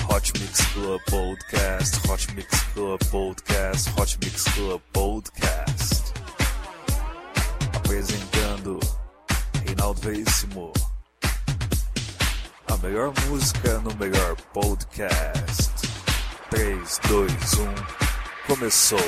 Hot Mix Club Podcast, Hot Mix Club Podcast, Hot Mix Club Podcast. Apresentando Reinaldo Veríssimo. A melhor música no melhor podcast. 3, 2, 1, começou.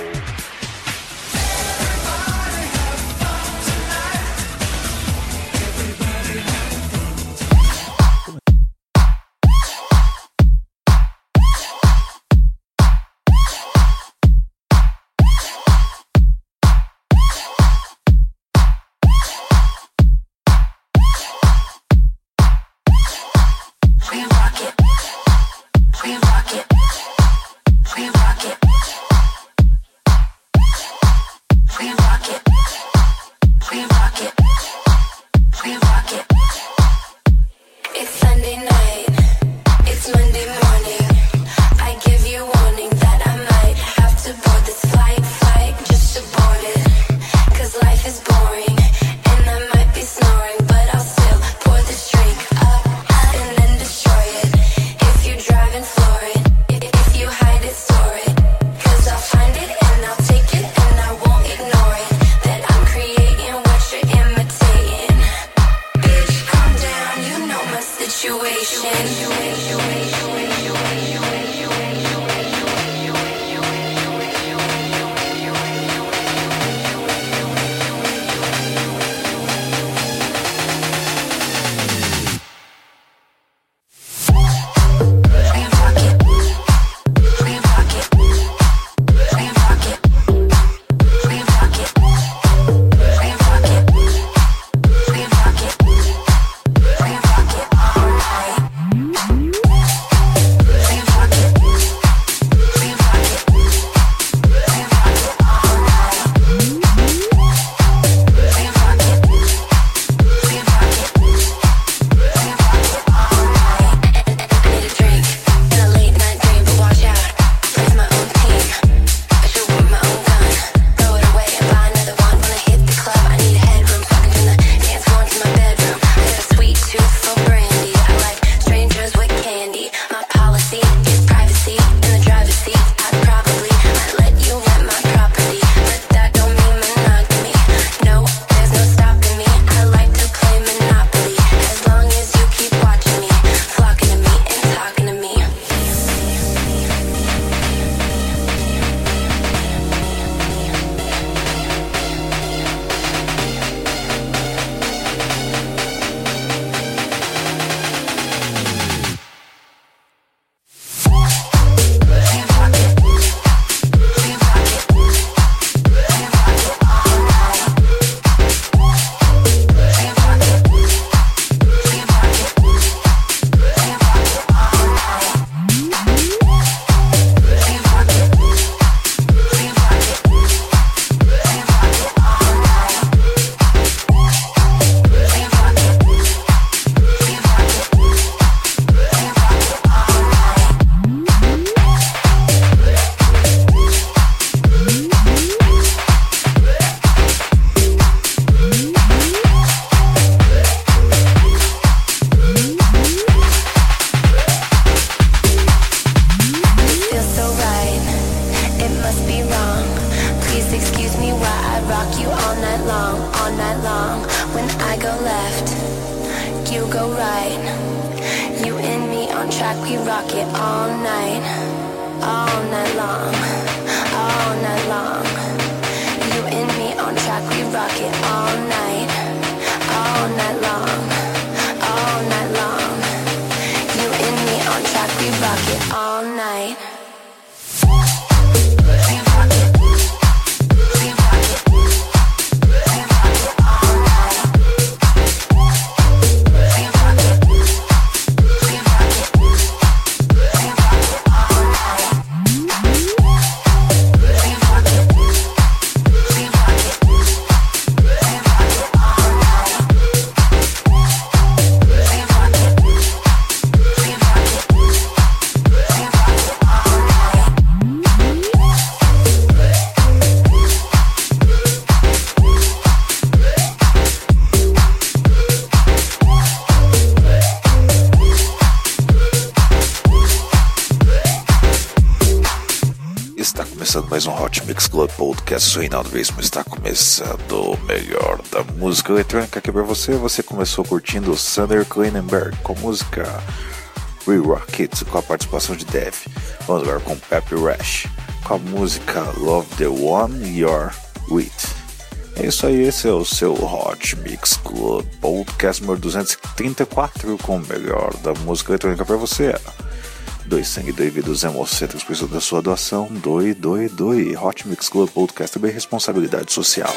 começando mais um Hot Mix Club Podcast. Sou Reinaldo Veríssimo, está começando o melhor da música eletrônica aqui pra você. Você começou curtindo Sander Kleinenberg com a música Re-Rocket, com a participação de Dev. Vamos agora com Peppy Rash com a música Love the One You're With. É isso aí, esse é o seu Hot Mix Club Podcast número 234 com o melhor da música eletrônica pra você. Doe sangue, doe vidas hemocentros, precisando da sua doação. Doe. Hot Mix Club Podcast também responsabilidade social.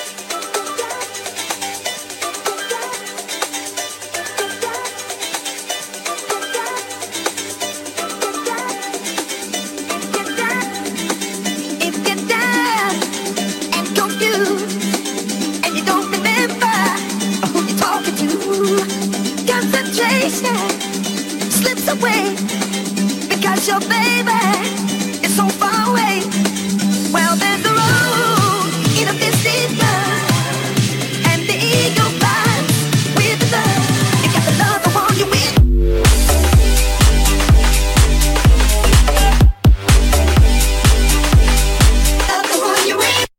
Slips away because your baby is so far away. Well, there's a road in a distant love, and the eagle flies with the love. You got to love the one you're with. Love the one you're with.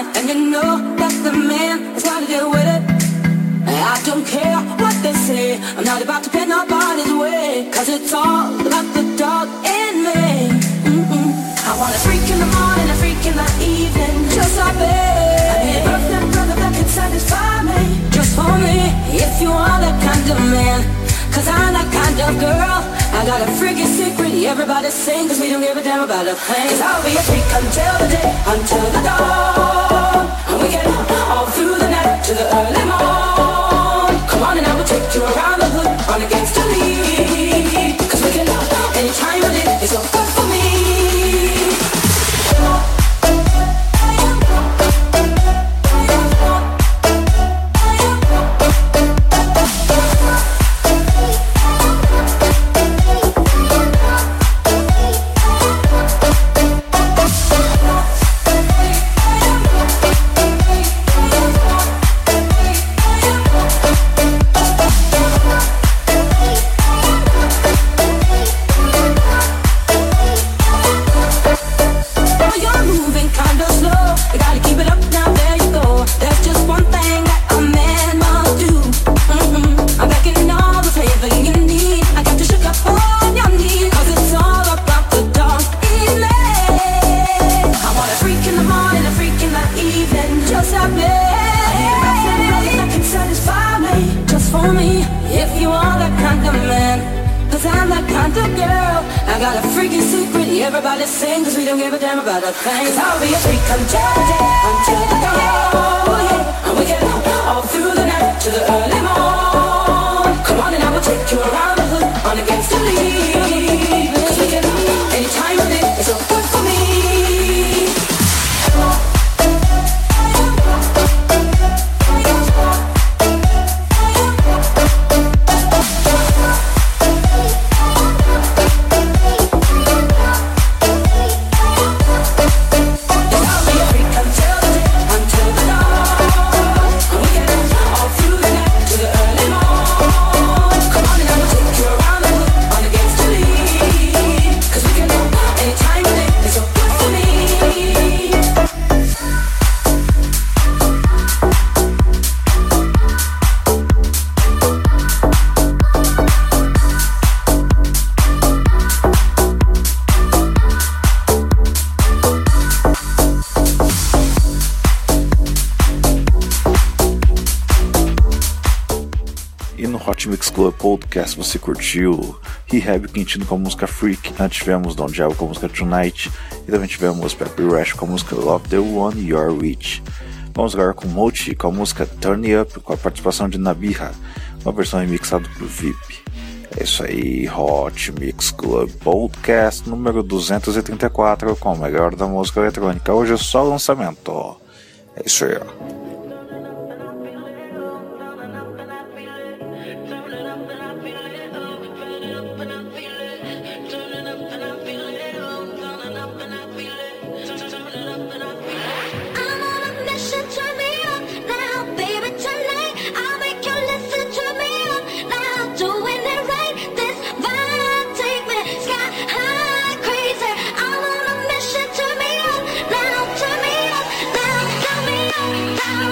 fine, and you know that the man has gotta deal with it. I don't care what they say, I'm not about to pay nobody's way, cause it's all about the dog in me. I want a freak in the morning, a freak in the evening, just like me. I need a birthday brother that can satisfy me, just for me. If you are that kind of man, cause I'm that kind of girl. I got a freaky secret, everybody sing, cause we don't give a damn about a thing. Cause I'll be a freak until the day, until the dawn, and we get all through the night to the early morn. Come on and I will take you around the hood on against the lead, cause we can anytime of it, it's so good for me. Everybody sing, cause we don't give a damn about a thing. Cause I'll be a freak until the day, until the dawn, oh yeah. And we get all through the night to the early morn. Come on and I will take you around the hood on against the lead, cause we can anytime of it, it's so good for me. Hot Mix Club Podcast você curtiu Rehab Quintino com a música Freak, antes tivemos Don Diablo com a música Tonight e também tivemos Peppy Rash com a música Love the One You're Rich. Vamos agora com Mochi com a música Turn Up com a participação de Nabiha, uma versão remixada pro VIP. É isso aí, Hot Mix Club Podcast número 234 com o melhor da música eletrônica. Hoje é só lançamento. É isso aí, ó. Down.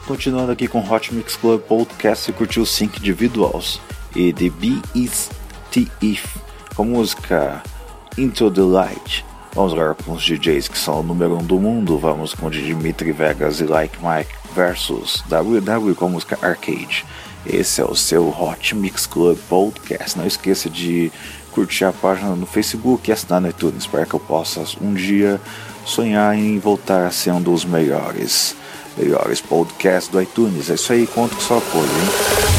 Continuando aqui com Hot Mix Club Podcast, você curtiu Sync Individuals e The B.E.T.If com a música Into the Light. Vamos agora com os DJs que são o número 1 do mundo. Vamos com Dimitri Vegas e Like Mike versus WW com a música Arcade. Esse é o seu Hot Mix Club Podcast. Não esqueça de curtir a página no Facebook e assinar no iTunes para que eu possa um dia sonhar em voltar a ser um dos melhores podcasts do iTunes. É isso aí, conto com seu apoio, hein?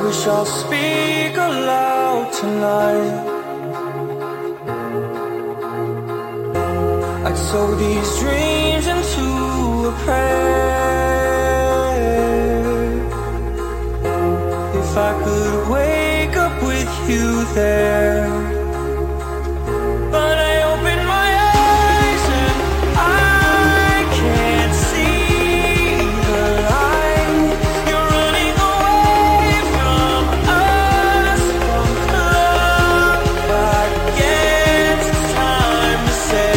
wish I'll speak aloud tonight. I'd sow these dreams into a prayer. If I could wake up with you there. But I open my eyes and I can't see the light. You're running away from us, from love. I guess it's time to say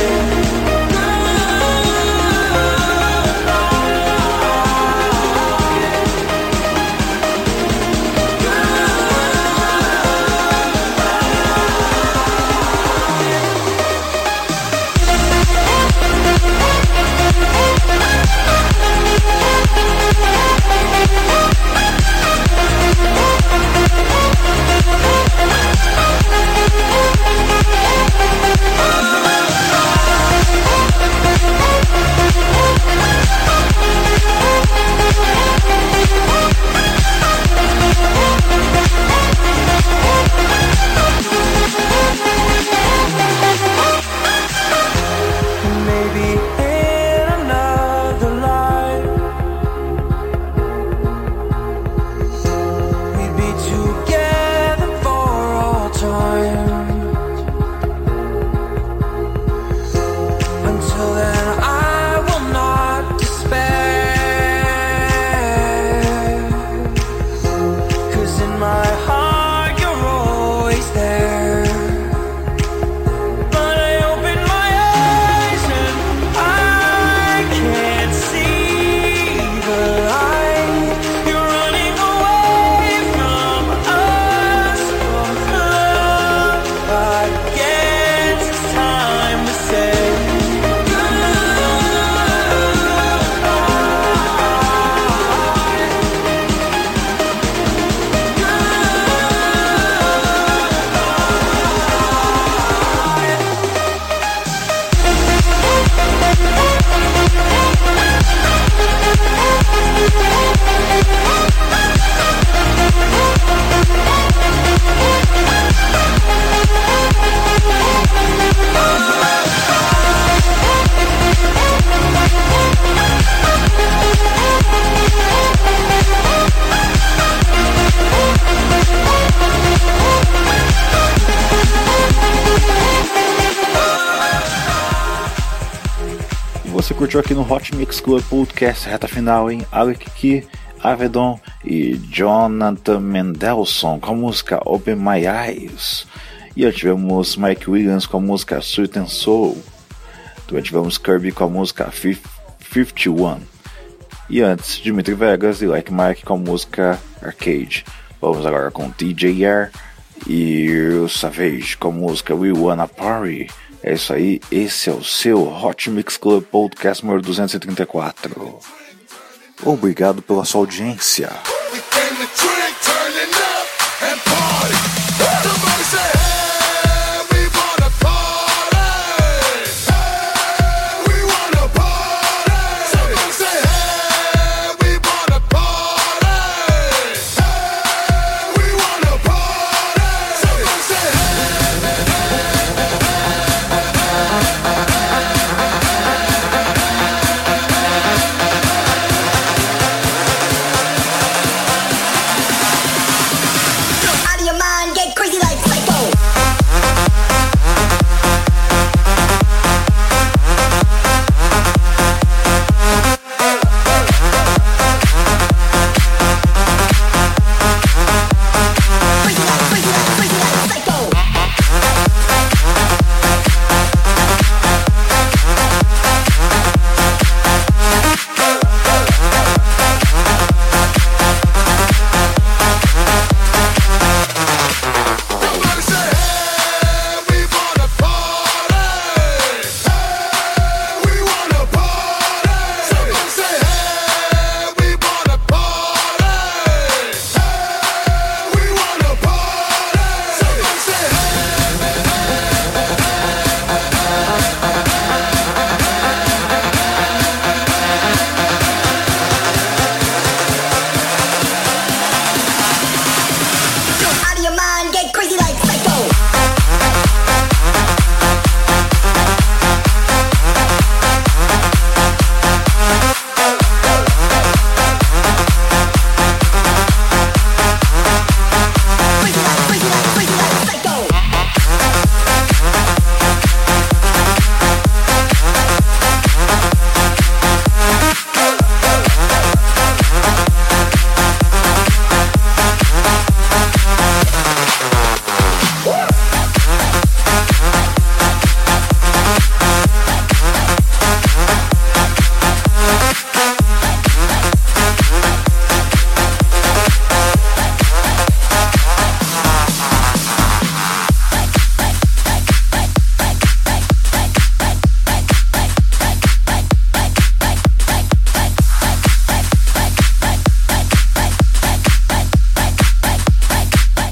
Você curtiu aqui no Hot Mix Club Podcast, reta final em Alec Key, Avedon e Jonathan Mendelsohn com a música Open My Eyes. E aí tivemos Mike Williams com a música Sweet and Soul. Também tivemos Kirby com a música 51. E antes, Dimitri Vegas e Like Mike com a música Arcade. Vamos agora com DJ Air e o Savage com a música We Wanna Party. É isso aí, esse é o seu Hot Mix Club Podcast número 234. Obrigado pela sua audiência.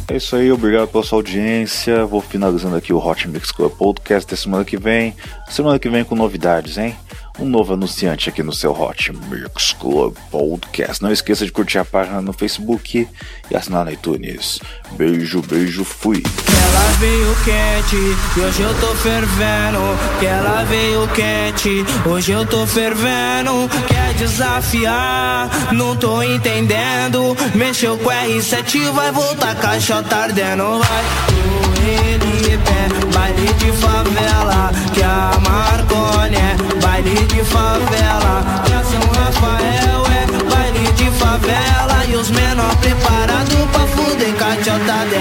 É isso aí, obrigado pela sua audiência. Vou finalizando aqui o Hot Mix Club Podcast da semana que vem. Semana que vem com novidades, hein? Um novo anunciante aqui no seu Hot Mix Club Podcast. Não esqueça de curtir a página no Facebook e assinar no iTunes. Beijo, beijo, fui. Ela veio quente, e hoje eu tô fervendo. Que ela veio quente, hoje eu tô fervendo. Quer desafiar, não tô entendendo. Mexeu com R7, vai voltar caixota ardendo. Vai pro LP, baile de favela. Que a Marconi é baile de favela. Pra São Rafael é baile de favela. E os menor preparados pra fuder caixota dela.